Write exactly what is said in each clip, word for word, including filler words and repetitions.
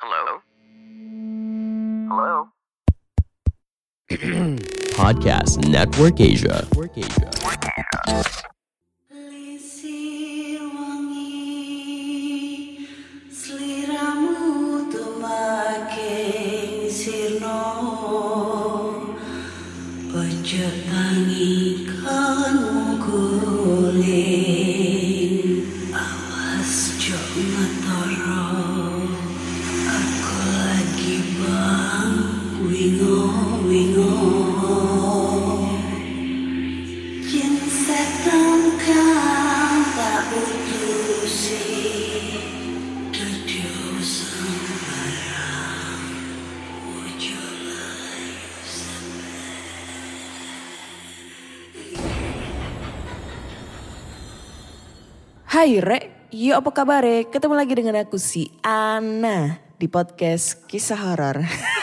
Hello? Hello? Podcast Network Asia. Lisir wangi, seliramu tumaking sirno, ojo tangi kanmu guling, awas jo ngetoro, aku lagi bang wingo wingo. Yen setan kang tak putusi, dadi sembarang ojo layu Hai Rek, yo apa kabar? Ketemu lagi dengan aku si Ana di podcast Kisah Horor.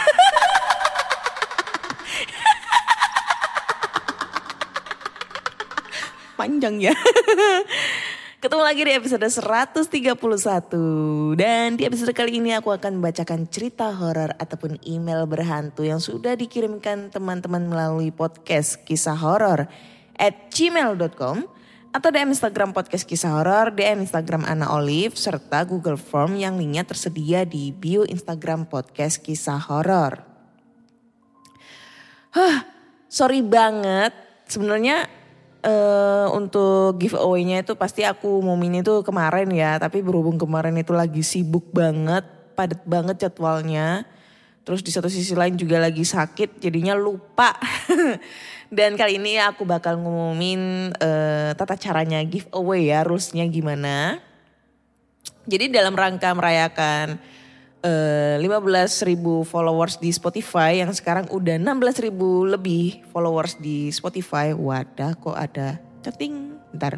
Panjang ya. Ketemu lagi di episode seratus tiga puluh satu. Dan di episode kali ini aku akan membacakan cerita horor ataupun email berhantu yang sudah dikirimkan teman-teman melalui podcast Kisah Horor at gmail dot com atau D M Instagram podcast Kisah Horor, D M Instagram Ana Olive, serta Google Form yang linknya tersedia di bio Instagram podcast Kisah Horor. Hah, sorry banget. Sebenarnya uh, untuk giveaway-nya itu pasti aku umumin itu kemarin ya. Tapi berhubung kemarin itu lagi sibuk banget, padat banget jadwalnya. Terus di satu sisi lain juga lagi sakit, jadinya lupa. Dan kali ini aku bakal ngumumin uh, tata caranya giveaway ya, rulesnya gimana. Jadi dalam rangka merayakan uh, lima belas ribu followers di Spotify yang sekarang udah enam belas ribu lebih followers di Spotify. Wadah kok ada chatting, bentar.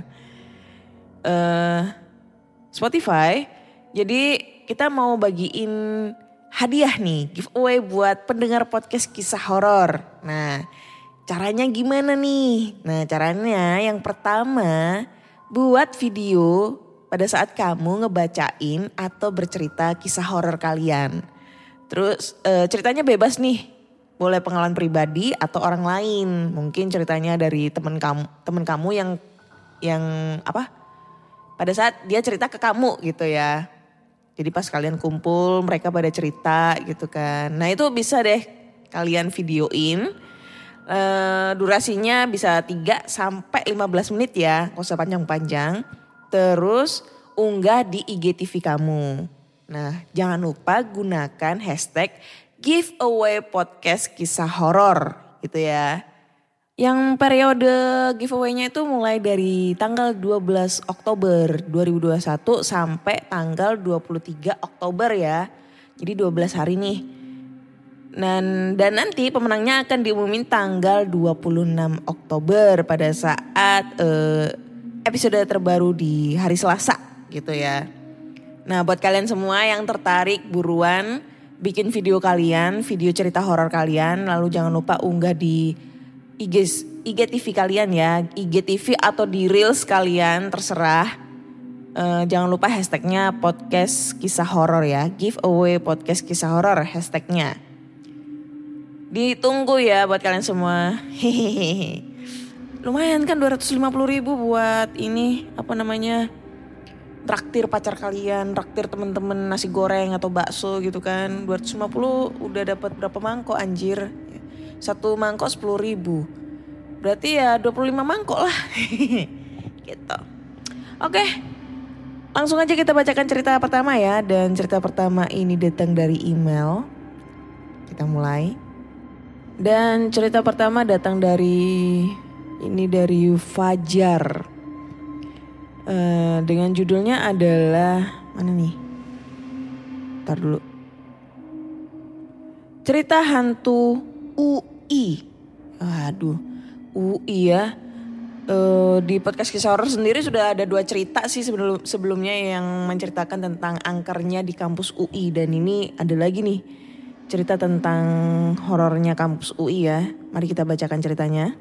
Uh, Spotify, jadi kita mau bagiin hadiah nih, giveaway buat pendengar podcast Kisah Horor. Nah, caranya gimana nih? Nah, caranya yang pertama, buat video pada saat kamu ngebacain atau bercerita kisah horor kalian. Terus e, ceritanya bebas nih. Boleh pengalaman pribadi atau orang lain. Mungkin ceritanya dari teman kamu, teman kamu yang yang apa? Pada saat dia cerita ke kamu gitu ya. Jadi pas kalian kumpul mereka pada cerita gitu kan. Nah, itu bisa deh kalian videoin. Uh, durasinya bisa tiga sampai lima belas menit ya, gak usah panjang-panjang. Terus unggah di I G T V kamu. Nah, jangan lupa gunakan hashtag giveaway podcast kisah horor gitu ya. Yang periode giveaway-nya itu mulai dari tanggal dua belas Oktober dua ribu dua puluh satu sampai tanggal dua puluh tiga Oktober ya. Jadi dua belas hari nih. Dan, dan nanti pemenangnya akan diumumin tanggal dua puluh enam Oktober pada saat uh, episode terbaru di hari Selasa gitu ya. Nah, buat kalian semua yang tertarik buruan bikin video kalian, video cerita horor kalian, lalu jangan lupa unggah di I G, I G T V kalian ya, I G T V atau di Reels kalian terserah. Uh, jangan lupa hashtagnya podcast kisah horor ya, giveaway podcast kisah horor hashtagnya. Ditunggu ya buat kalian semua. Hehehe. Lumayan kan dua ratus lima puluh ribu buat ini apa namanya, traktir pacar kalian, traktir temen-temen nasi goreng atau bakso gitu kan. Dua ratus lima puluh udah dapat berapa mangkok anjir. Satu mangkok sepuluh ribu. Berarti ya dua puluh lima mangkok lah. Gitu. Oke. Langsung aja kita bacakan cerita pertama ya. Dan cerita pertama ini datang dari email. Kita mulai. Dan cerita pertama datang dari ini dari Fajar. Uh, dengan judulnya adalah mana nih? Ntar dulu. Cerita hantu U I. Aduh, U I ya. Uh, di podcast Kisah Horor sendiri sudah ada dua cerita sih sebelum sebelumnya yang menceritakan tentang angkernya di kampus U I, dan ini ada lagi nih cerita tentang horornya kampus U I ya. Mari kita bacakan ceritanya.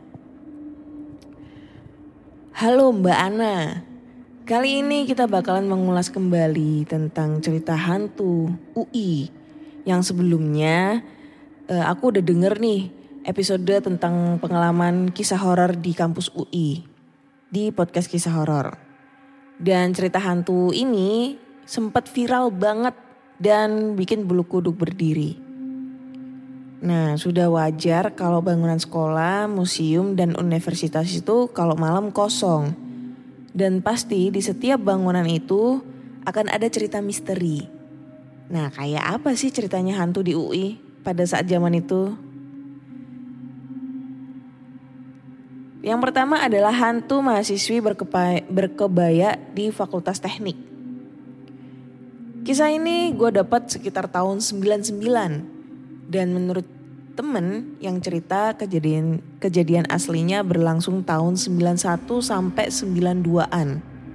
Halo Mbak Ana. Kali ini kita bakalan mengulas kembali tentang cerita hantu U I Yang sebelumnya uh, aku udah denger nih episode tentang pengalaman kisah horor di kampus U I di podcast kisah horor. Dan cerita hantu ini sempat viral banget dan bikin bulu kuduk berdiri. Nah, sudah wajar kalau bangunan sekolah, museum, dan universitas itu kalau malam kosong. Dan pasti di setiap bangunan itu akan ada cerita misteri. Nah, kayak apa sih ceritanya hantu di U I pada saat zaman itu? Yang pertama adalah hantu mahasiswi berkebaya, berkebaya di Fakultas Teknik. Kisah ini gue dapat sekitar tahun sembilan puluh sembilan. Dan menurut temen yang cerita kejadian kejadian aslinya berlangsung tahun sembilan puluh satu sampai sembilan puluh dua-an.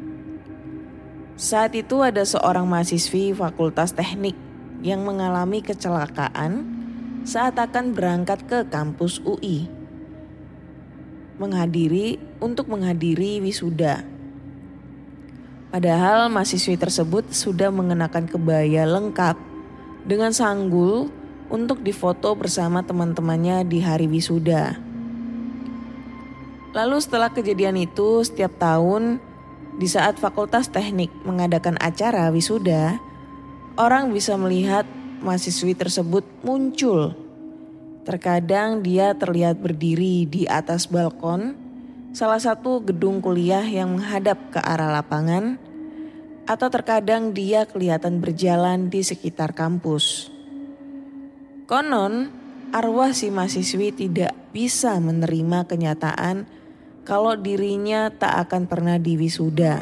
Saat itu ada seorang mahasiswi Fakultas Teknik yang mengalami kecelakaan saat akan berangkat ke kampus U I. Menghadiri untuk menghadiri wisuda. Padahal mahasiswi tersebut sudah mengenakan kebaya lengkap dengan sanggul untuk difoto bersama teman-temannya di hari wisuda. Lalu setelah kejadian itu setiap tahun di saat Fakultas Teknik mengadakan acara wisuda, orang bisa melihat mahasiswi tersebut muncul. Terkadang dia terlihat berdiri di atas balkon salah satu gedung kuliah yang menghadap ke arah lapangan, atau terkadang dia kelihatan berjalan di sekitar kampus. Konon, arwah si mahasiswi tidak bisa menerima kenyataan kalau dirinya tak akan pernah diwisuda.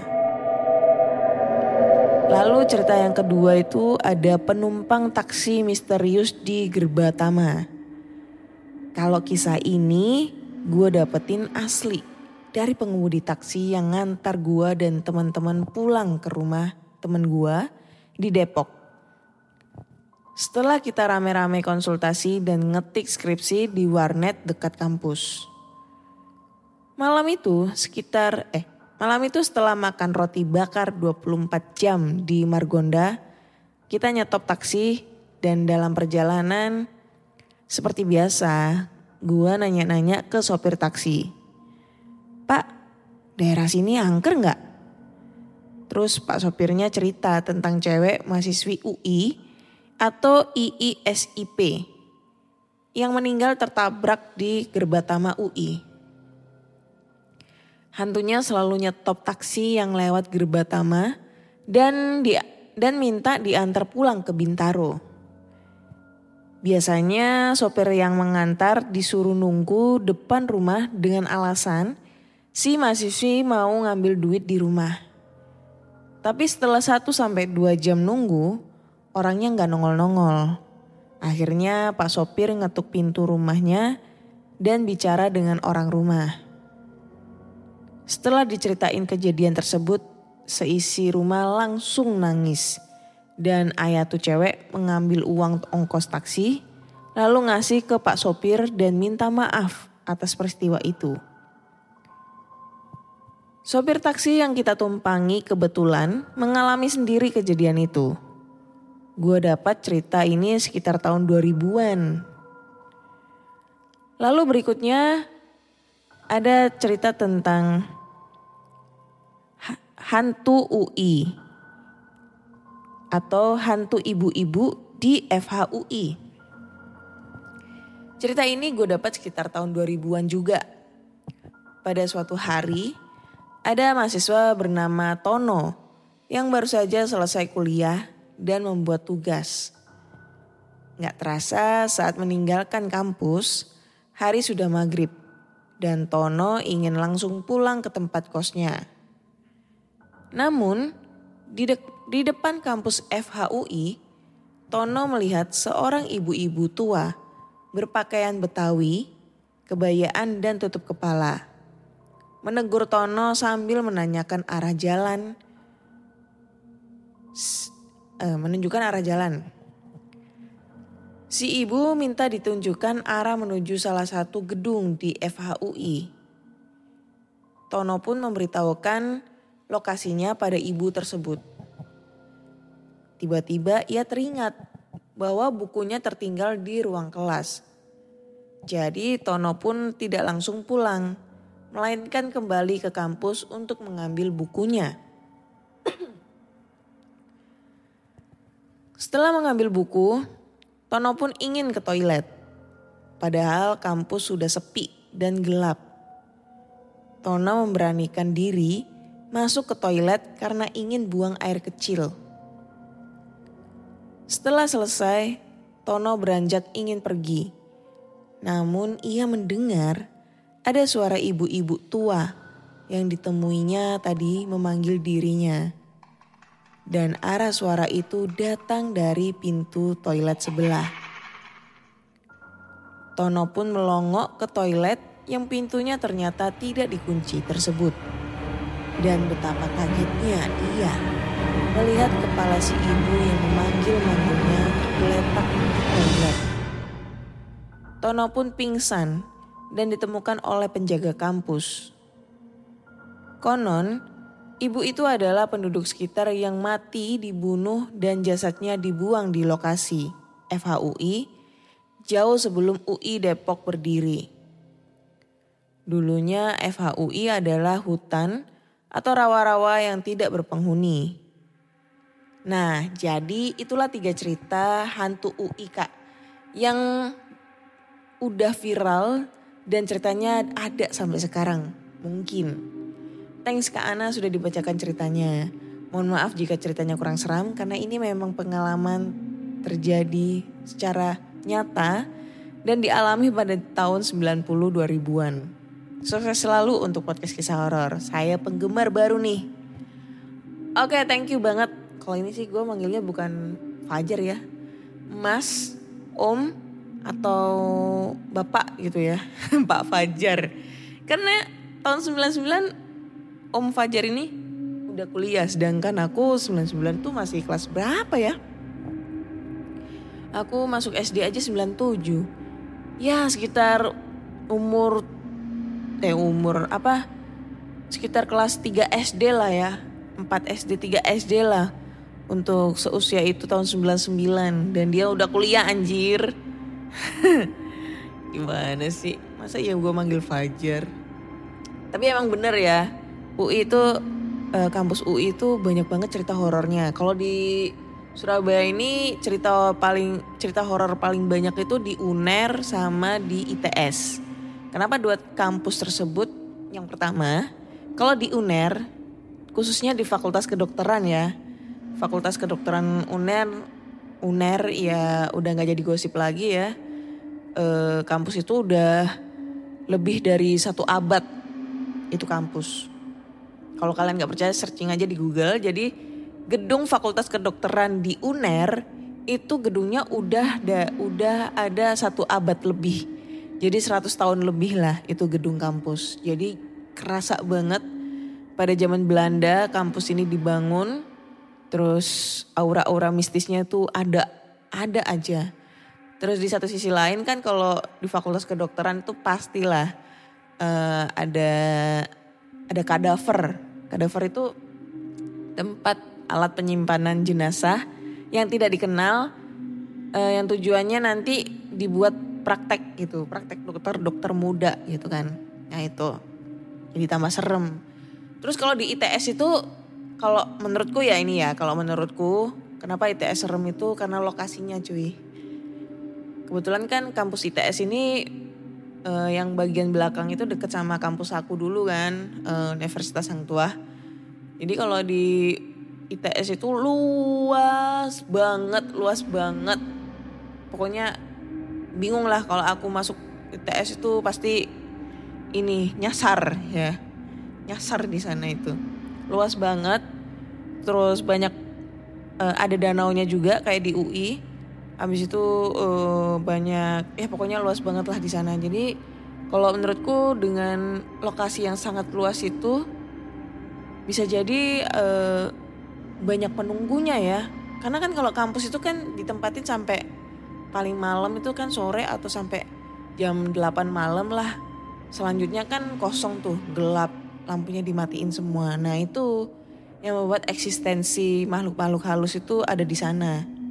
Lalu cerita yang kedua itu ada penumpang taksi misterius di Gerbatama. Kalau kisah ini gue dapetin asli dari pengemudi taksi yang ngantar gue dan teman-teman pulang ke rumah temen gue di Depok. Setelah kita rame-rame konsultasi dan ngetik skripsi di warnet dekat kampus. Malam itu sekitar eh malam itu setelah makan roti bakar dua puluh empat jam di Margonda, kita nyetop taksi dan dalam perjalanan seperti biasa, gue nanya-nanya ke sopir taksi. Pak, daerah sini angker gak? Terus pak sopirnya cerita tentang cewek mahasiswi U I atau I I S I P yang meninggal tertabrak di Gerbatama U I. Hantunya selalu nyetop taksi yang lewat Gerbatama dan di, dan minta diantar pulang ke Bintaro. Biasanya sopir yang mengantar disuruh nunggu depan rumah dengan alasan si mahasiswi mau ngambil duit di rumah. Tapi setelah satu sampai dua jam nunggu, orangnya gak nongol-nongol. Akhirnya pak sopir ngetuk pintu rumahnya dan bicara dengan orang rumah. Setelah diceritain kejadian tersebut, seisi rumah langsung nangis. Dan ayah tuh cewek mengambil uang ongkos taksi, lalu ngasih ke pak sopir dan minta maaf atas peristiwa itu. Sopir taksi yang kita tumpangi kebetulan mengalami sendiri kejadian itu. Gue dapat cerita ini sekitar tahun dua ribuan. Lalu berikutnya ada cerita tentang hantu U I. Atau hantu ibu-ibu di F H U I. Cerita ini gue dapat sekitar tahun dua ribuan juga. Pada suatu hari, ada mahasiswa bernama Tono yang baru saja selesai kuliah dan membuat tugas. Gak terasa saat meninggalkan kampus, hari sudah maghrib dan Tono ingin langsung pulang ke tempat kosnya. Namun, di dek Di depan kampus F H U I, Tono melihat seorang ibu-ibu tua berpakaian Betawi, kebayaan dan tutup kepala. Menegur Tono sambil menanyakan arah jalan, eh, menunjukkan arah jalan. Si ibu minta ditunjukkan arah menuju salah satu gedung di F H U I. Tono pun memberitahukan lokasinya pada ibu tersebut. Tiba-tiba ia teringat bahwa bukunya tertinggal di ruang kelas. Jadi Tono pun tidak langsung pulang, melainkan kembali ke kampus untuk mengambil bukunya. Setelah mengambil buku, Tono pun ingin ke toilet. Padahal kampus sudah sepi dan gelap. Tono memberanikan diri masuk ke toilet karena ingin buang air kecil. Setelah selesai, Tono beranjak ingin pergi. Namun ia mendengar ada suara ibu-ibu tua yang ditemuinya tadi memanggil dirinya. Dan arah suara itu datang dari pintu toilet sebelah. Tono pun melongok ke toilet yang pintunya ternyata tidak dikunci tersebut. Dan betapa kagetnya ia melihat kepala si ibu yang memanggil-manggilnya tergeletak di toilet. Tono pun pingsan dan ditemukan oleh penjaga kampus. Konon, ibu itu adalah penduduk sekitar yang mati dibunuh dan jasadnya dibuang di lokasi F H U I jauh sebelum U I Depok berdiri. Dulunya F H U I adalah hutan atau rawa-rawa yang tidak berpenghuni. Nah, jadi itulah tiga cerita hantu U I Kak yang udah viral dan ceritanya ada sampai sekarang mungkin. Thanks Kak Ana sudah dibacakan ceritanya. Mohon maaf jika ceritanya kurang seram karena ini memang pengalaman terjadi secara nyata dan dialami pada tahun sembilan puluh dua ribuan. Sukses selalu untuk podcast kisah horor. Saya penggemar baru nih. Oke, thank you banget. Kalau ini sih gue manggilnya bukan Fajar ya. Mas, Om, atau Bapak gitu ya. Pak Fajar. Karena tahun sembilan puluh sembilan Om Fajar ini udah kuliah, sedangkan aku sembilan puluh sembilan tuh masih kelas berapa ya? Aku masuk S D aja sembilan puluh tujuh. Ya sekitar umur, eh umur apa? Sekitar kelas tiga S D lah ya. empat S D, tiga S D lah. Untuk seusia itu tahun sembilan puluh sembilan. Dan dia udah kuliah anjir. Gimana sih? Masa ya gue manggil Fajar? Tapi emang bener ya. U I itu eh, kampus U I itu banyak banget cerita horornya. Kalau di Surabaya ini cerita paling cerita horor paling banyak itu di U N E R sama di I T S. Kenapa dua kampus tersebut? Yang pertama, kalau di U N E R khususnya di Fakultas Kedokteran ya. Fakultas Kedokteran U N E R U N E R ya udah nggak jadi gosip lagi ya. E, kampus itu udah lebih dari satu abad itu kampus. Kalau kalian nggak percaya searching aja di Google. Jadi gedung Fakultas Kedokteran di U N E R itu gedungnya udah ada udah ada satu abad lebih. Jadi seratus tahun lebih lah itu gedung kampus. Jadi kerasa banget pada zaman Belanda kampus ini dibangun. Terus aura-aura mistisnya tuh ada ada aja. Terus di satu sisi lain kan kalau di Fakultas Kedokteran tuh pastilah uh, ada ada kadaver. Kadaver itu tempat alat penyimpanan jenazah yang tidak dikenal, uh, yang tujuannya nanti dibuat praktek gitu, praktek dokter-dokter muda gitu kan. Nah itu, jadi tambah serem. Terus kalau di I T S itu, kalau menurutku ya ini ya, kalau menurutku kenapa I T S serem itu karena lokasinya cuy. Kebetulan kan kampus I T S ini uh, yang bagian belakang itu deket sama kampus aku dulu kan, uh, Universitas Hang Tuah. Jadi kalau di I T S itu luas banget, luas banget. Pokoknya bingung lah kalau aku masuk I T S itu pasti ini nyasar ya. Nyasar di sana itu. Luas banget. Terus banyak uh, ada danaunya juga kayak di U I. Habis itu uh, banyak ya pokoknya luas banget lah di sana. Jadi kalau menurutku dengan lokasi yang sangat luas itu bisa jadi uh, banyak penunggunya ya. Karena kan kalau kampus itu kan ditempatin sampai paling malam itu kan sore atau sampai jam delapan malam lah. Selanjutnya kan kosong tuh, gelap, lampunya dimatiin semua. Nah itu yang membuat eksistensi makhluk-makhluk halus itu ada di sana.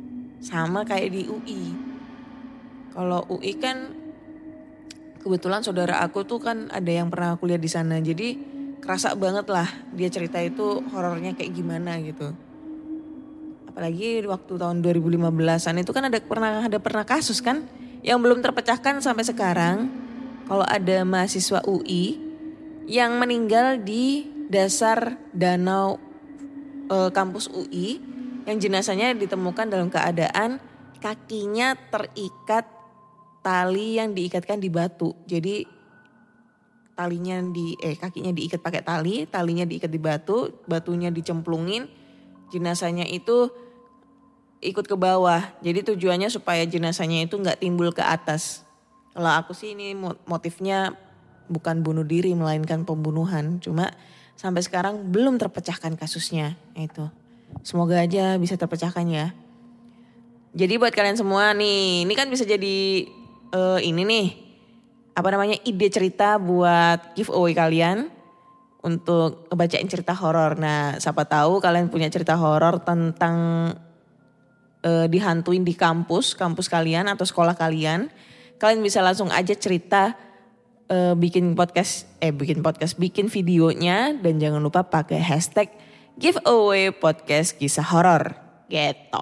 Sama kayak di U I. Kalau U I kan kebetulan saudara aku tuh kan ada yang pernah kuliah di sana. Jadi kerasa banget lah dia cerita itu horornya kayak gimana gitu. Apalagi waktu tahun dua ribu lima belasan itu kan ada pernah ada pernah kasus kan yang belum terpecahkan sampai sekarang. Kalau ada mahasiswa U I yang meninggal di dasar danau e, kampus U I yang jenazahnya ditemukan dalam keadaan kakinya terikat tali yang diikatkan di batu. Jadi talinya di eh kakinya diikat pakai tali, talinya diikat di batu, batunya dicemplungin, jenazahnya itu ikut ke bawah. Jadi tujuannya supaya jenazahnya itu nggak timbul ke atas. Kalau aku sih ini motifnya bukan bunuh diri melainkan pembunuhan. Cuma sampai sekarang belum terpecahkan kasusnya itu. Semoga aja bisa terpecahkan ya. Jadi buat kalian semua nih, ini kan bisa jadi uh, ini nih, apa namanya ide cerita buat giveaway kalian untuk ngebacain cerita horor. Nah, siapa tahu kalian punya cerita horor tentang uh, dihantuin di kampus, kampus kalian atau sekolah kalian. Kalian bisa langsung aja cerita, uh, bikin podcast, eh bikin podcast, bikin videonya dan jangan lupa pakai hashtag giveaway podcast kisah horor gitu.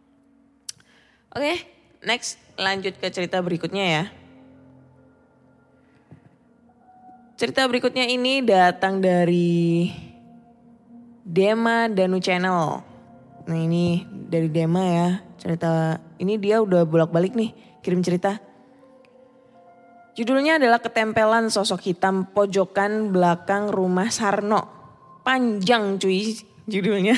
Oke, next lanjut ke cerita berikutnya ya. Cerita berikutnya ini datang dari Dema Danu Channel. Nah ini dari Dema ya, cerita ini dia udah bolak-balik nih kirim cerita. Judulnya adalah Ketempelan Sosok Hitam Pojokan Belakang Rumah Sarno. Panjang cuy judulnya.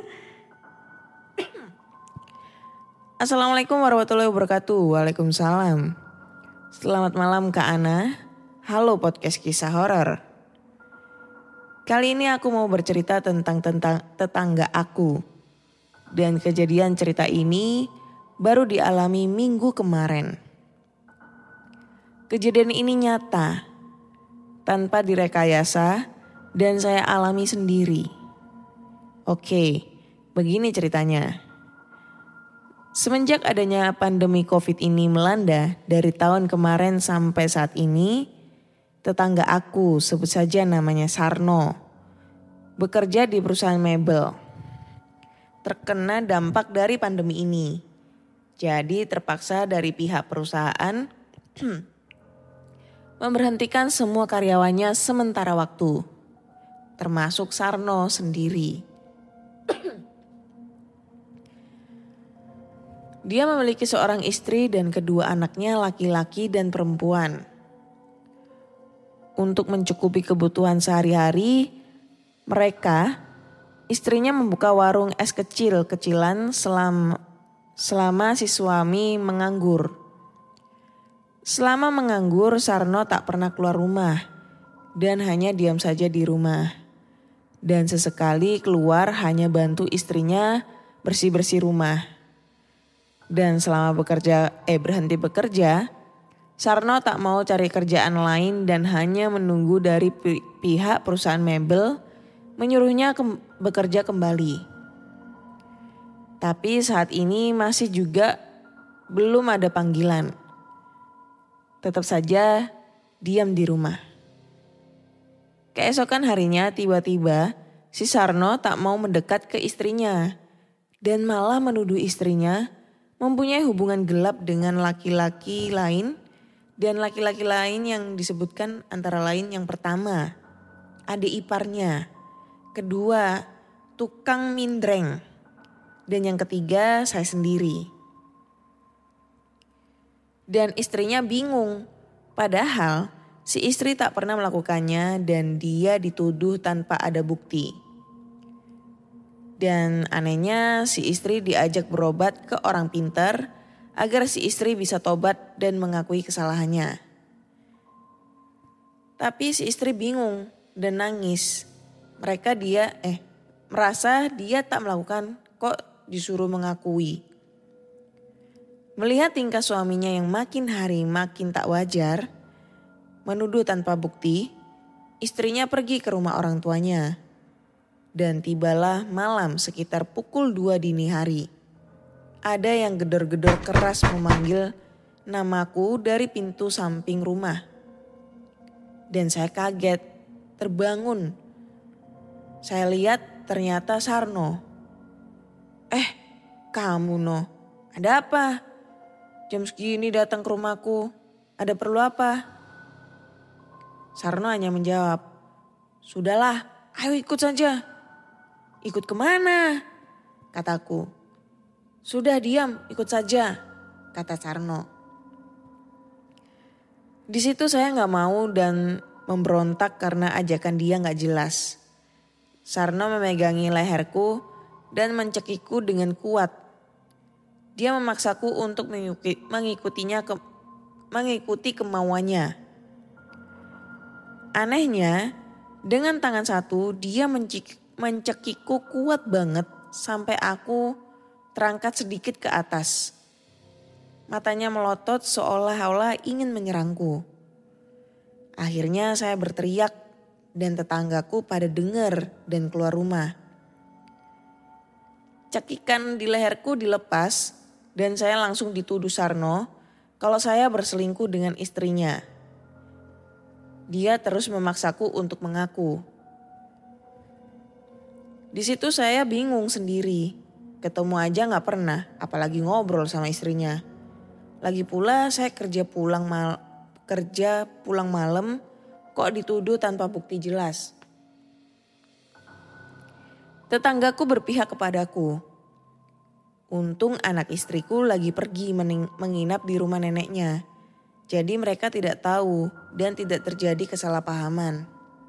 Assalamualaikum warahmatullahi wabarakatuh. Waalaikumsalam. Selamat malam Kak Ana. Halo podcast kisah horor. Kali ini aku mau bercerita tentang tentang tetangga aku. Dan kejadian cerita ini baru dialami minggu kemarin. Kejadian ini nyata, tanpa direkayasa dan saya alami sendiri. Oke, begini ceritanya. Semenjak adanya pandemi COVID ini melanda dari tahun kemarin sampai saat ini, tetangga aku, sebut saja namanya Sarno, bekerja di perusahaan mebel, terkena dampak dari pandemi ini. Jadi terpaksa dari pihak perusahaan memberhentikan semua karyawannya sementara waktu, termasuk Sarno sendiri. Dia memiliki seorang istri dan kedua anaknya laki-laki dan perempuan. Untuk mencukupi kebutuhan sehari-hari, mereka, istrinya membuka warung es kecil-kecilan selama, selama si suami menganggur. Selama menganggur, Sarno tak pernah keluar rumah dan hanya diam saja di rumah. Dan sesekali keluar hanya bantu istrinya bersih-bersih rumah. Dan selama bekerja, eh berhenti bekerja, Sarno tak mau cari kerjaan lain dan hanya menunggu dari pi- pihak perusahaan mebel menyuruhnya ke- bekerja kembali. Tapi saat ini masih juga belum ada panggilan. Tetap saja diam di rumah. Keesokan harinya tiba-tiba si Sarno tak mau mendekat ke istrinya dan malah menuduh istrinya mempunyai hubungan gelap dengan laki-laki lain dan laki-laki lain yang disebutkan antara lain yang pertama, adik iparnya, kedua, tukang mindreng, dan yang ketiga saya sendiri. Dan istrinya bingung, padahal si istri tak pernah melakukannya dan dia dituduh tanpa ada bukti. Dan anehnya si istri diajak berobat ke orang pintar agar si istri bisa tobat dan mengakui kesalahannya. Tapi si istri bingung dan nangis. Mereka dia eh merasa dia tak melakukan kok disuruh mengakui. Melihat tingkah suaminya yang makin hari makin tak wajar, menuduh tanpa bukti, istrinya pergi ke rumah orang tuanya. Dan tibalah malam sekitar pukul dua dini hari. ada yang gedor-gedor keras memanggil namaku dari pintu samping rumah. Dan saya kaget, terbangun. Saya lihat ternyata Sarno. Eh, kamu No, ada apa? Jam segini datang ke rumahku, ada perlu apa? Sarno hanya menjawab, sudahlah, ayo ikut saja. Ikut kemana? Kataku. Sudah diam, ikut saja, kata Sarno. Di situ saya gak mau dan memberontak karena ajakan dia gak jelas. Sarno memegangi leherku dan mencekikku dengan kuat. Dia memaksaku untuk mengikutinya ke, mengikuti kemauannya. Anehnya, dengan tangan satu dia mencik, mencekikku kuat banget sampai aku terangkat sedikit ke atas. Matanya melotot seolah-olah ingin menyerangku. Akhirnya saya berteriak dan tetanggaku pada dengar dan keluar rumah. Cekikan di leherku dilepas dan saya langsung dituduh Sarno kalau saya berselingkuh dengan istrinya. Dia terus memaksaku untuk mengaku. Di situ saya bingung sendiri. Ketemu aja gak pernah, apalagi ngobrol sama istrinya. Lagi pula saya kerja pulang mal kerja pulang malam kok dituduh tanpa bukti jelas. Tetanggaku berpihak kepadaku. Untung anak istriku lagi pergi menginap di rumah neneknya. Jadi mereka tidak tahu dan tidak terjadi kesalahpahaman.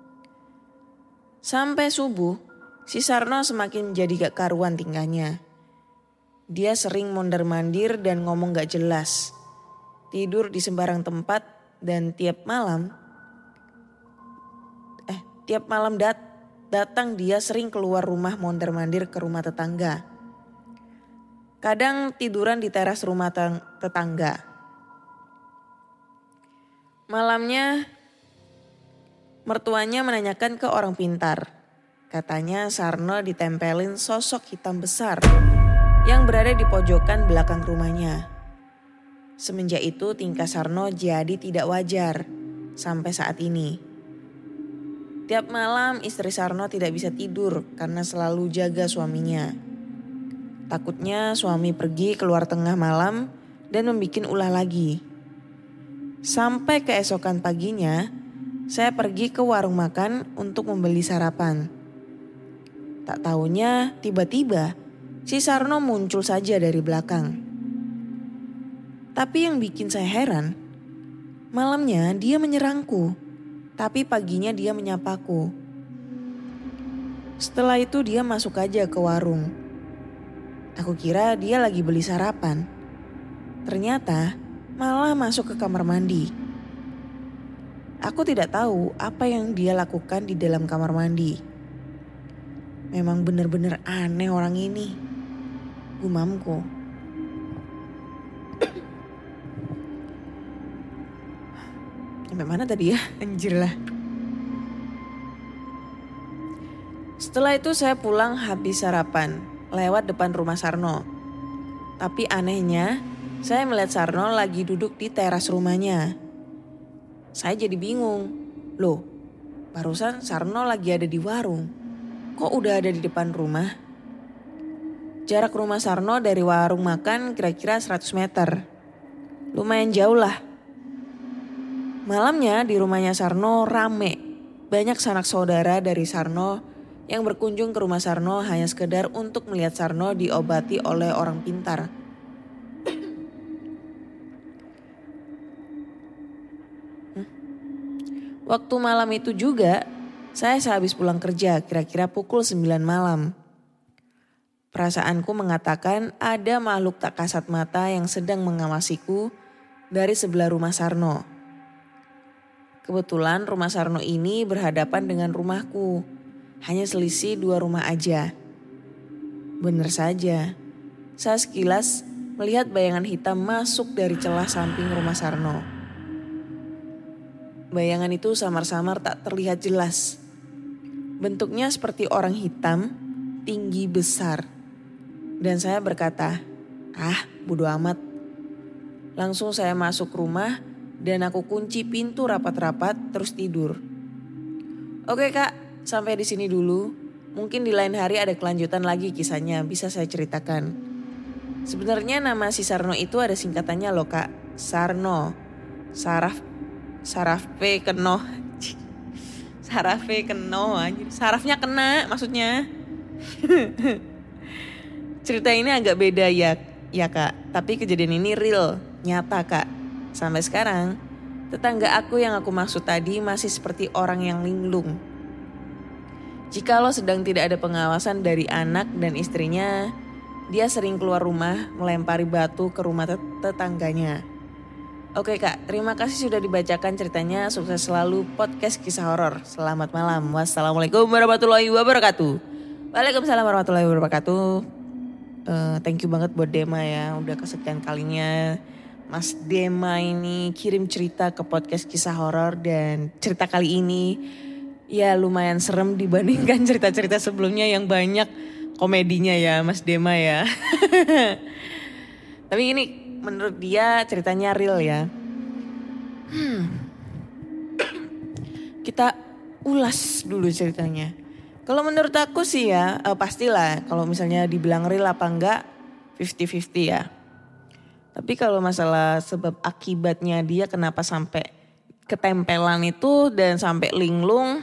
Sampai subuh, si Sarno semakin menjadi gak karuan tingkahnya. Dia sering mondar-mandir dan ngomong gak jelas. Tidur di sembarang tempat dan tiap malam, eh tiap malam dat, datang dia sering keluar rumah mondar-mandir ke rumah tetangga. Kadang tiduran di teras rumah tetangga. Malamnya mertuanya menanyakan ke orang pintar. Katanya Sarno ditempelin sosok hitam besar yang berada di pojokan belakang rumahnya. Semenjak itu tingkah Sarno jadi tidak wajar sampai saat ini. Tiap malam istri Sarno tidak bisa tidur karena selalu jaga suaminya. Takutnya suami pergi keluar tengah malam dan membuat ulah lagi. Sampai keesokan paginya, saya pergi ke warung makan untuk membeli sarapan. Tak taunya tiba-tiba si Sarno muncul saja dari belakang. Tapi yang bikin saya heran, malamnya dia menyerangku, tapi paginya dia menyapaku. Setelah itu dia masuk aja ke warung. Aku kira dia lagi beli sarapan. Ternyata malah masuk ke kamar mandi. Aku tidak tahu apa yang dia lakukan di dalam kamar mandi. Memang benar-benar aneh orang ini, gumamku. Sampai mana tadi ya? Anjir lah. Setelah itu saya pulang habis sarapan, lewat depan rumah Sarno. Tapi anehnya, saya melihat Sarno lagi duduk di teras rumahnya. Saya jadi bingung. Loh, barusan Sarno lagi ada di warung. Kok udah ada di depan rumah? Jarak rumah Sarno dari warung makan kira-kira seratus meter. Lumayan jauh lah. Malamnya di rumahnya Sarno rame. Banyak sanak saudara dari Sarno yang berkunjung ke rumah Sarno hanya sekedar untuk melihat Sarno diobati oleh orang pintar. Hmm. Waktu malam itu juga, saya sehabis pulang kerja kira-kira pukul sembilan malam. Perasaanku mengatakan ada makhluk tak kasat mata yang sedang mengawasiku dari sebelah rumah Sarno. Kebetulan rumah Sarno ini berhadapan dengan rumahku. Hanya selisih dua rumah aja. Bener saja, saya sekilas melihat bayangan hitam masuk dari celah samping rumah Sarno. Bayangan itu samar-samar tak terlihat jelas. Bentuknya seperti orang hitam, tinggi besar. Dan saya berkata, Ah, bodo amat. Langsung saya masuk rumah dan aku kunci pintu rapat-rapat terus tidur. Oke kak, sampai di sini dulu. Mungkin di lain hari ada kelanjutan lagi kisahnya, bisa saya ceritakan. Sebenarnya nama si Sarno itu ada singkatannya loh kak. Sarno. Saraf. Sarafpe keno. Sarafpe keno anjir. Sarafnya kena maksudnya. Cerita ini agak beda ya, ya kak. Tapi kejadian ini real, nyata kak. Sampai sekarang, tetangga aku yang aku maksud tadi masih seperti orang yang linglung. Jikalau sedang tidak ada pengawasan dari anak dan istrinya, dia sering keluar rumah melempari batu ke rumah tet- tetangganya. Oke kak, terima kasih sudah dibacakan ceritanya. Sukses selalu podcast kisah horor. Selamat malam. Wassalamualaikum warahmatullahi wabarakatuh. Waalaikumsalam warahmatullahi wabarakatuh. Uh, thank you banget buat Dema ya. Udah kesekian kalinya Mas Dema ini kirim cerita ke podcast kisah horor. Dan cerita kali ini ya lumayan serem dibandingkan cerita-cerita sebelumnya yang banyak komedinya ya Mas Dema ya. Tapi ini menurut dia ceritanya real ya. Hmm. Kita ulas dulu ceritanya. Kalau menurut aku sih ya eh, pastilah kalau misalnya dibilang real apa enggak fifty fifty ya. Tapi kalau masalah sebab akibatnya dia kenapa sampai ketempelan itu dan sampai linglung.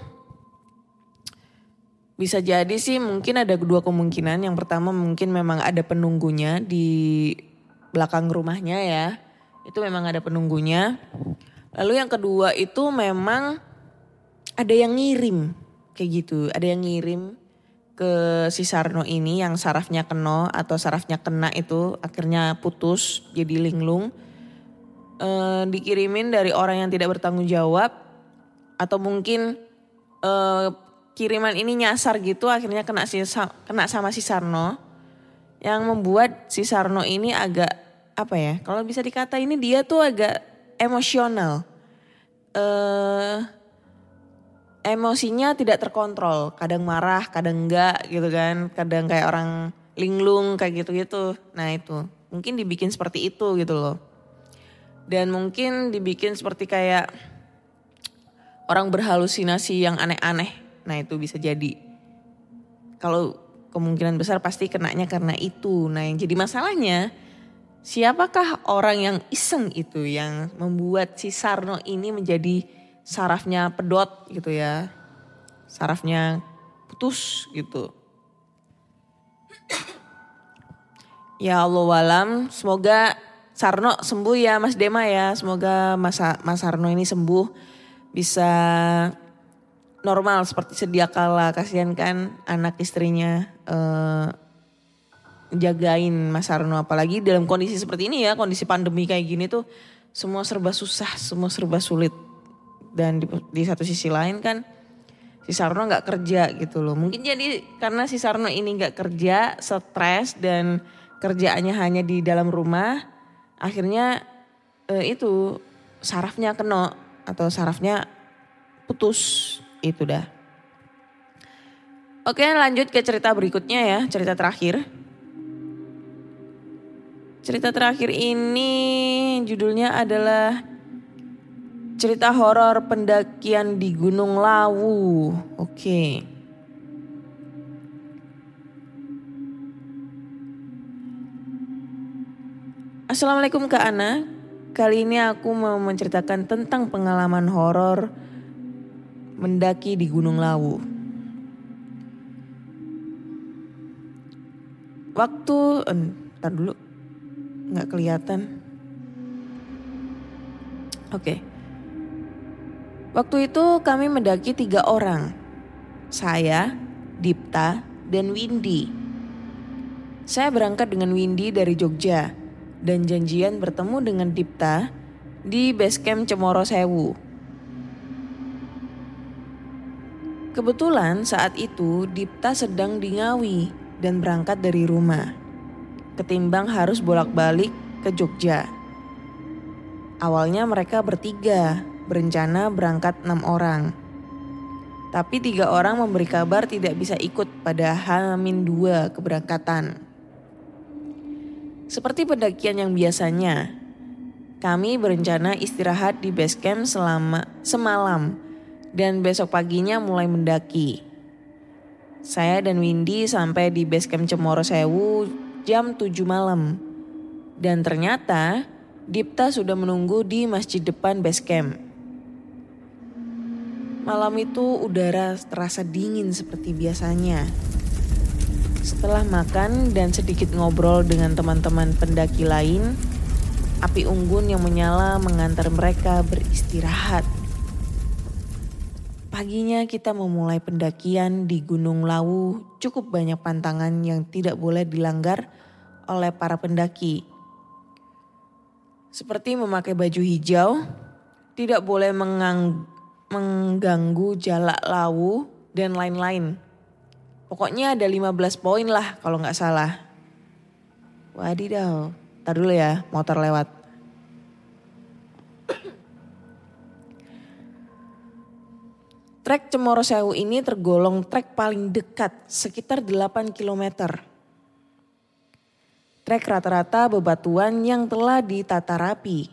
Bisa jadi sih mungkin ada dua kemungkinan. Yang pertama mungkin memang ada penunggunya di belakang rumahnya ya. Itu memang ada penunggunya. Lalu yang kedua itu memang ada yang ngirim kayak gitu. Ada yang ngirim ke si Sarno ini yang sarafnya kena atau sarafnya kena itu akhirnya putus jadi linglung. E, dikirimin dari orang yang tidak bertanggung jawab. Atau mungkin e, kiriman ini nyasar gitu akhirnya kena si kena sama si Sarno yang membuat si Sarno ini agak apa ya kalau bisa dikata ini dia tuh agak emosional, eh, emosinya tidak terkontrol, kadang marah kadang enggak gitu kan, kadang kayak orang linglung kayak gitu-gitu. Nah itu mungkin dibikin seperti itu gitu loh, dan mungkin dibikin seperti kayak orang berhalusinasi yang aneh-aneh. Nah itu bisa jadi. Kalau kemungkinan besar pasti kenanya karena itu. Nah yang jadi masalahnya siapakah orang yang iseng itu yang membuat si Sarno ini menjadi sarafnya pedot gitu ya. Sarafnya putus gitu. Ya Allah walam, semoga Sarno sembuh ya Mas Dema ya. Semoga Mas, Mas Sarno ini sembuh bisa normal seperti sedia kala. Kasihan kan anak istrinya eh, jagain Mas Sarno. Apalagi dalam kondisi seperti ini ya, kondisi pandemi kayak gini tuh semua serba susah, semua serba sulit. Dan di, di satu sisi lain kan si Sarno gak kerja gitu loh. Mungkin jadi karena si Sarno ini gak kerja, stres dan kerjaannya hanya di dalam rumah. Akhirnya eh, itu sarafnya kena atau sarafnya putus. Itu dah. Oke lanjut ke cerita berikutnya ya. Cerita terakhir. Cerita terakhir ini judulnya adalah cerita horor pendakian di Gunung Lawu. Oke. Assalamualaikum Kak Ana. Kali ini aku mau menceritakan tentang pengalaman horor mendaki di Gunung Lawu. Waktu, entar dulu, nggak kelihatan. Oke. Waktu itu kami mendaki tiga orang. Saya, Dipta, dan Windy. Saya berangkat dengan Windy dari Jogja dan janjian bertemu dengan Dipta di base camp Cemoro Sewu. Kebetulan saat itu Dipta sedang di Ngawi dan berangkat dari rumah. Ketimbang harus bolak-balik ke Jogja. Awalnya mereka bertiga, berencana berangkat enam orang. Tapi tiga orang memberi kabar tidak bisa ikut pada H minus dua keberangkatan. Seperti pendakian yang biasanya, kami berencana istirahat di base camp selama semalam dan besok paginya mulai mendaki. Saya dan Windy sampai di base camp Cemoro Sewu jam tujuh malam. Dan ternyata Dipta sudah menunggu di masjid depan base camp. Malam itu udara terasa dingin seperti biasanya. Setelah makan dan sedikit ngobrol dengan teman-teman pendaki lain, api unggun yang menyala mengantar mereka beristirahat. Paginya kita memulai pendakian di Gunung Lawu. Cukup banyak pantangan yang tidak boleh dilanggar oleh para pendaki. Seperti memakai baju hijau, tidak boleh mengang- mengganggu jalak lawu, dan lain-lain. Pokoknya ada lima belas poin lah kalau gak salah. Wadidaw, tar dulu ya motor lewat. Trek Cemoro Sewu ini tergolong trek paling dekat, sekitar delapan kilometer. Trek rata-rata bebatuan yang telah ditata rapi.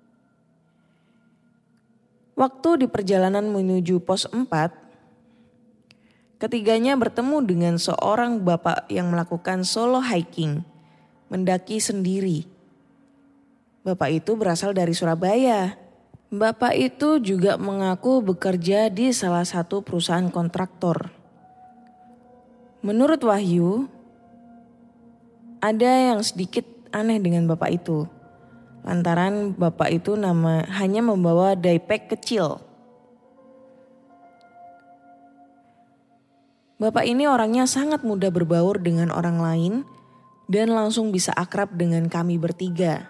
Waktu di perjalanan menuju pos empat, ketiganya bertemu dengan seorang bapak yang melakukan solo hiking, mendaki sendiri. Bapak itu berasal dari Surabaya. Bapak itu juga mengaku bekerja di salah satu perusahaan kontraktor. Menurut Wahyu, ada yang sedikit aneh dengan bapak itu. Lantaran bapak itu nama hanya membawa daypack kecil. Bapak ini orangnya sangat mudah berbaur dengan orang lain dan langsung bisa akrab dengan kami bertiga.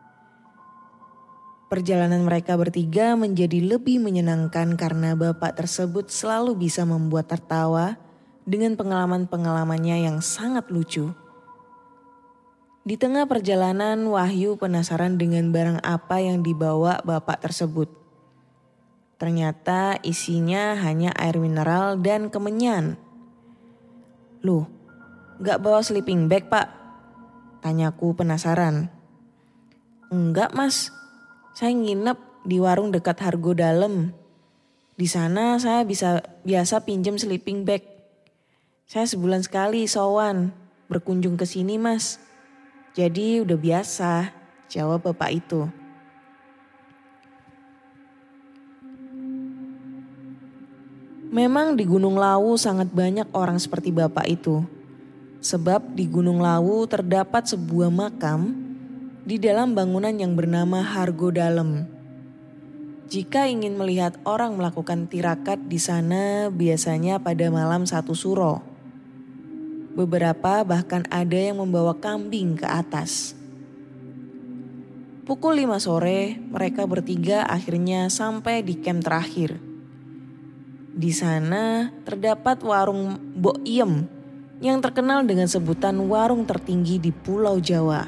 Perjalanan mereka bertiga menjadi lebih menyenangkan karena bapak tersebut selalu bisa membuat tertawa dengan pengalaman-pengalamannya yang sangat lucu. Di tengah perjalanan, Wahyu penasaran dengan barang apa yang dibawa bapak tersebut. Ternyata isinya hanya air mineral dan kemenyan. Loh, gak bawa sleeping bag pak? Tanyaku penasaran. Enggak mas, saya nginep di warung dekat Hargo Dalem. Di sana saya bisa biasa pinjam sleeping bag. Saya sebulan sekali sowan berkunjung ke sini mas. Jadi udah biasa, jawab bapak itu. Memang di Gunung Lawu sangat banyak orang seperti bapak itu. Sebab di Gunung Lawu terdapat sebuah makam di dalam bangunan yang bernama Hargo Dalem. Jika ingin melihat orang melakukan tirakat di sana biasanya pada malam satu suro. Beberapa bahkan ada yang membawa kambing ke atas. Pukul lima sore mereka bertiga akhirnya sampai di camp terakhir. Di sana terdapat warung Mbok Iem yang terkenal dengan sebutan warung tertinggi di Pulau Jawa.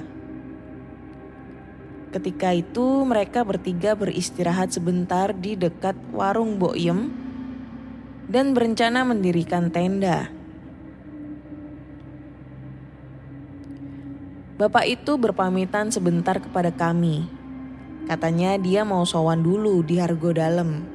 Ketika itu mereka bertiga beristirahat sebentar di dekat warung Mbok Iem dan berencana mendirikan tenda. Bapak itu berpamitan sebentar kepada kami. Katanya dia mau sowan dulu di Hargo Dalem.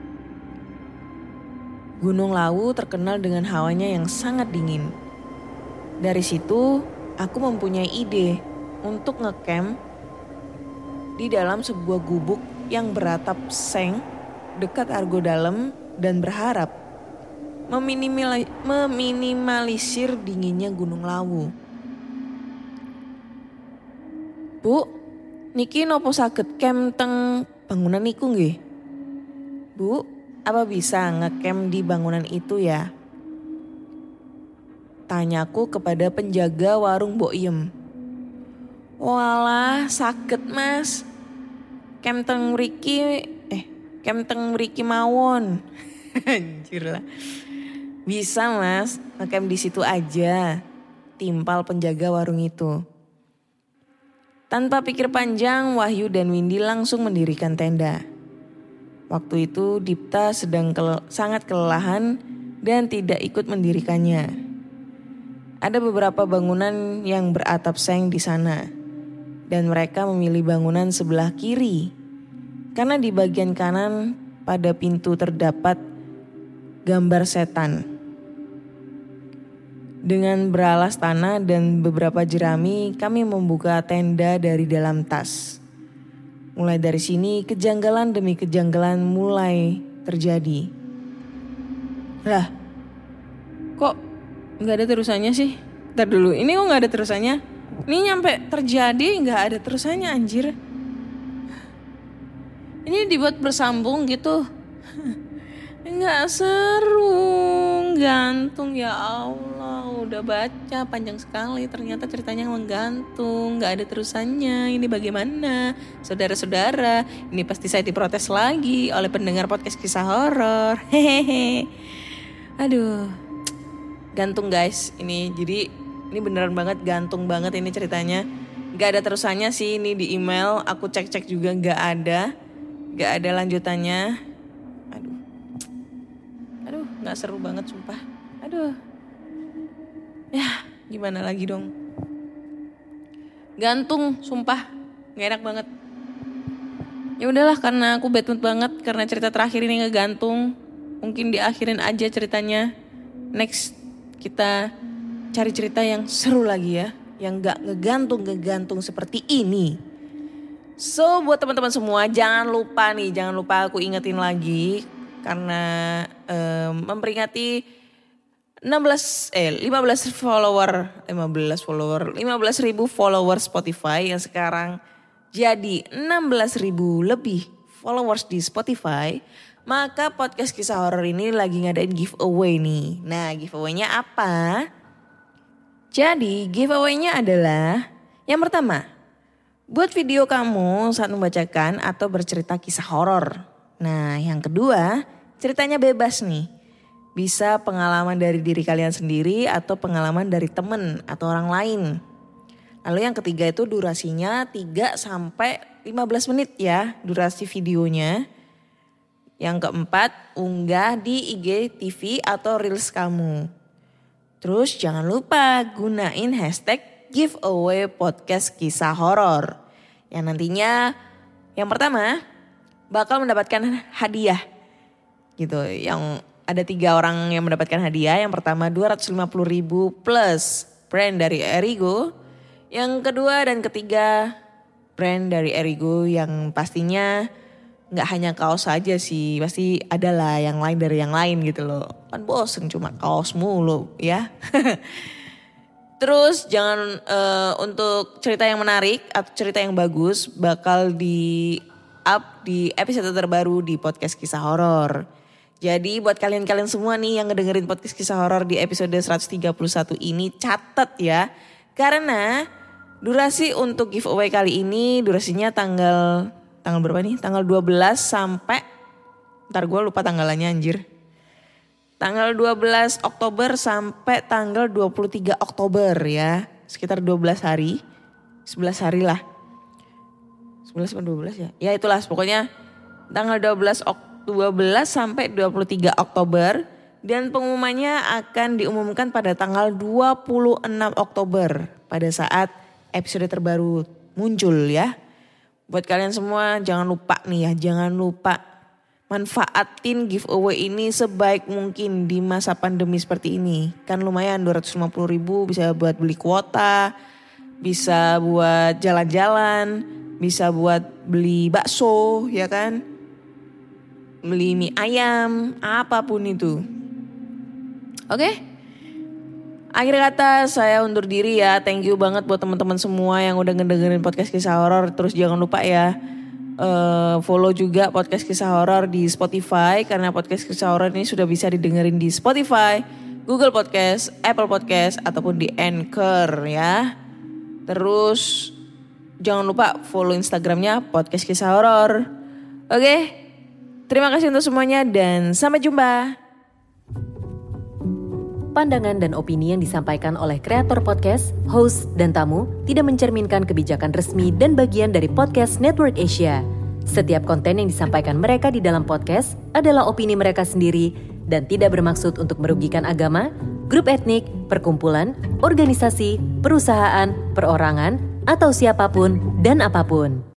Gunung Lawu terkenal dengan hawanya yang sangat dingin. Dari situ aku mempunyai ide untuk ngecamp di dalam sebuah gubuk yang beratap seng dekat Hargo Dalem dan berharap meminimal, meminimalisir dinginnya Gunung Lawu. Bu, niki nopo saged camp teng bangunan iku nggih? Bu, apa bisa ngecamp di bangunan itu ya? Tanyaku kepada penjaga warung Mbok Iem. Walah, saged mas. Camp teng mriki, eh camp teng mriki mawon. Anjir lah. Bisa mas, ngecamp di situ aja. Timpal penjaga warung itu. Tanpa pikir panjang, Wahyu dan Windy langsung mendirikan tenda. Waktu itu Dipta sedang kel- sangat kelelahan dan tidak ikut mendirikannya. Ada beberapa bangunan yang beratap seng di sana. dan mereka memilih bangunan sebelah kiri. Karena di bagian kanan pada pintu terdapat gambar setan. Dengan beralas tanah dan beberapa jerami, kami membuka tenda dari dalam tas. Mulai dari sini, kejanggalan demi kejanggalan mulai terjadi. Lah, kok gak ada terusannya sih? Ntar dulu, ini kok gak ada terusannya? Ini nyampe terjadi gak ada terusannya anjir. Ini dibuat bersambung gitu. Nggak seru, gantung ya Allah. Udah baca panjang sekali, ternyata ceritanya menggantung, nggak ada terusannya. Ini bagaimana, saudara-saudara? Ini pasti saya diprotes lagi oleh pendengar podcast kisah horor. Hehehe. Aduh, gantung guys. Ini jadi ini beneran banget gantung banget ini ceritanya. Nggak ada terusannya sih ini di email. Aku cek-cek juga nggak ada, nggak ada lanjutannya. Gak seru banget sumpah. Aduh. Ya gimana lagi dong. Gantung sumpah. Gak enak banget. Ya udahlah karena aku bad mood banget. Karena cerita terakhir ini ngegantung. Mungkin diakhirin aja ceritanya. Next kita cari cerita yang seru lagi ya. Yang gak ngegantung-ngegantung seperti ini. So buat teman-teman semua jangan lupa nih. Jangan lupa aku ingetin lagi. Karena um, memperingati enam belas eh lima belas follower, lima belas follower, lima belas ribu follower Spotify yang sekarang jadi enam belas ribu lebih followers di Spotify, maka podcast kisah horor ini lagi ngadain giveaway nih. Nah, giveaway-nya apa? Jadi, giveaway-nya adalah yang pertama, buat video kamu saat membacakan atau bercerita kisah horor. Nah, yang kedua, ceritanya bebas nih. Bisa pengalaman dari diri kalian sendiri atau pengalaman dari temen atau orang lain. Lalu yang ketiga itu durasinya tiga sampai lima belas menit ya durasi videonya. Yang keempat, unggah di I G T V atau Reels kamu. Terus jangan lupa gunain hashtag giveaway podcast kisah horor. Yang nantinya yang pertama bakal mendapatkan hadiah gitu. Yang ada tiga orang yang mendapatkan hadiah. Yang pertama dua ratus lima puluh ribu plus brand dari Erigo. Yang kedua dan ketiga brand dari Erigo yang pastinya gak hanya kaos aja sih. Pasti ada lah yang lain dari yang lain gitu loh. Kan bosen cuma kaos mulu ya. Terus jangan uh, untuk cerita yang menarik atau cerita yang bagus bakal di up di episode terbaru di podcast kisah horor. Jadi buat kalian-kalian semua nih yang ngedengerin podcast kisah horor di episode seratus tiga puluh satu ini catat ya. Karena durasi untuk giveaway kali ini durasinya tanggal tanggal berapa nih? Tanggal dua belas sampai ntar gue lupa tanggalannya anjir. Tanggal dua belas Oktober sampai tanggal dua puluh tiga Oktober ya. Sekitar dua belas hari. sebelas hari lah. sebelas atau dua belas ya? Ya itulah pokoknya tanggal dua belas, dua belas sampai dua puluh tiga Oktober. Dan pengumumannya akan diumumkan pada tanggal dua puluh enam Oktober. Pada saat episode terbaru muncul ya. Buat kalian semua jangan lupa nih ya. Jangan lupa manfaatin giveaway ini sebaik mungkin di masa pandemi seperti ini. Kan lumayan dua ratus lima puluh ribu bisa buat beli kuota. Bisa buat jalan-jalan. Bisa buat beli bakso ya kan. Beli mie ayam. Apapun itu. Oke. Akhir kata saya undur diri ya. Thank you banget buat teman-teman semua yang udah ngedengerin podcast kisah horor. Terus jangan lupa ya. Uh, follow juga podcast kisah horor di Spotify. Karena podcast kisah horor ini sudah bisa didengerin di Spotify, Google Podcast, Apple Podcast, ataupun di Anchor ya. Terus jangan lupa follow Instagramnya podcast kisah horor. Oke, terima kasih untuk semuanya dan sampai jumpa. Pandangan dan opini yang disampaikan oleh kreator podcast, host, dan tamu tidak mencerminkan kebijakan resmi dan bagian dari Podcast Network Asia. Setiap konten yang disampaikan mereka di dalam podcast adalah opini mereka sendiri dan tidak bermaksud untuk merugikan agama, grup etnik, perkumpulan, organisasi, perusahaan, perorangan, atau siapapun dan apapun.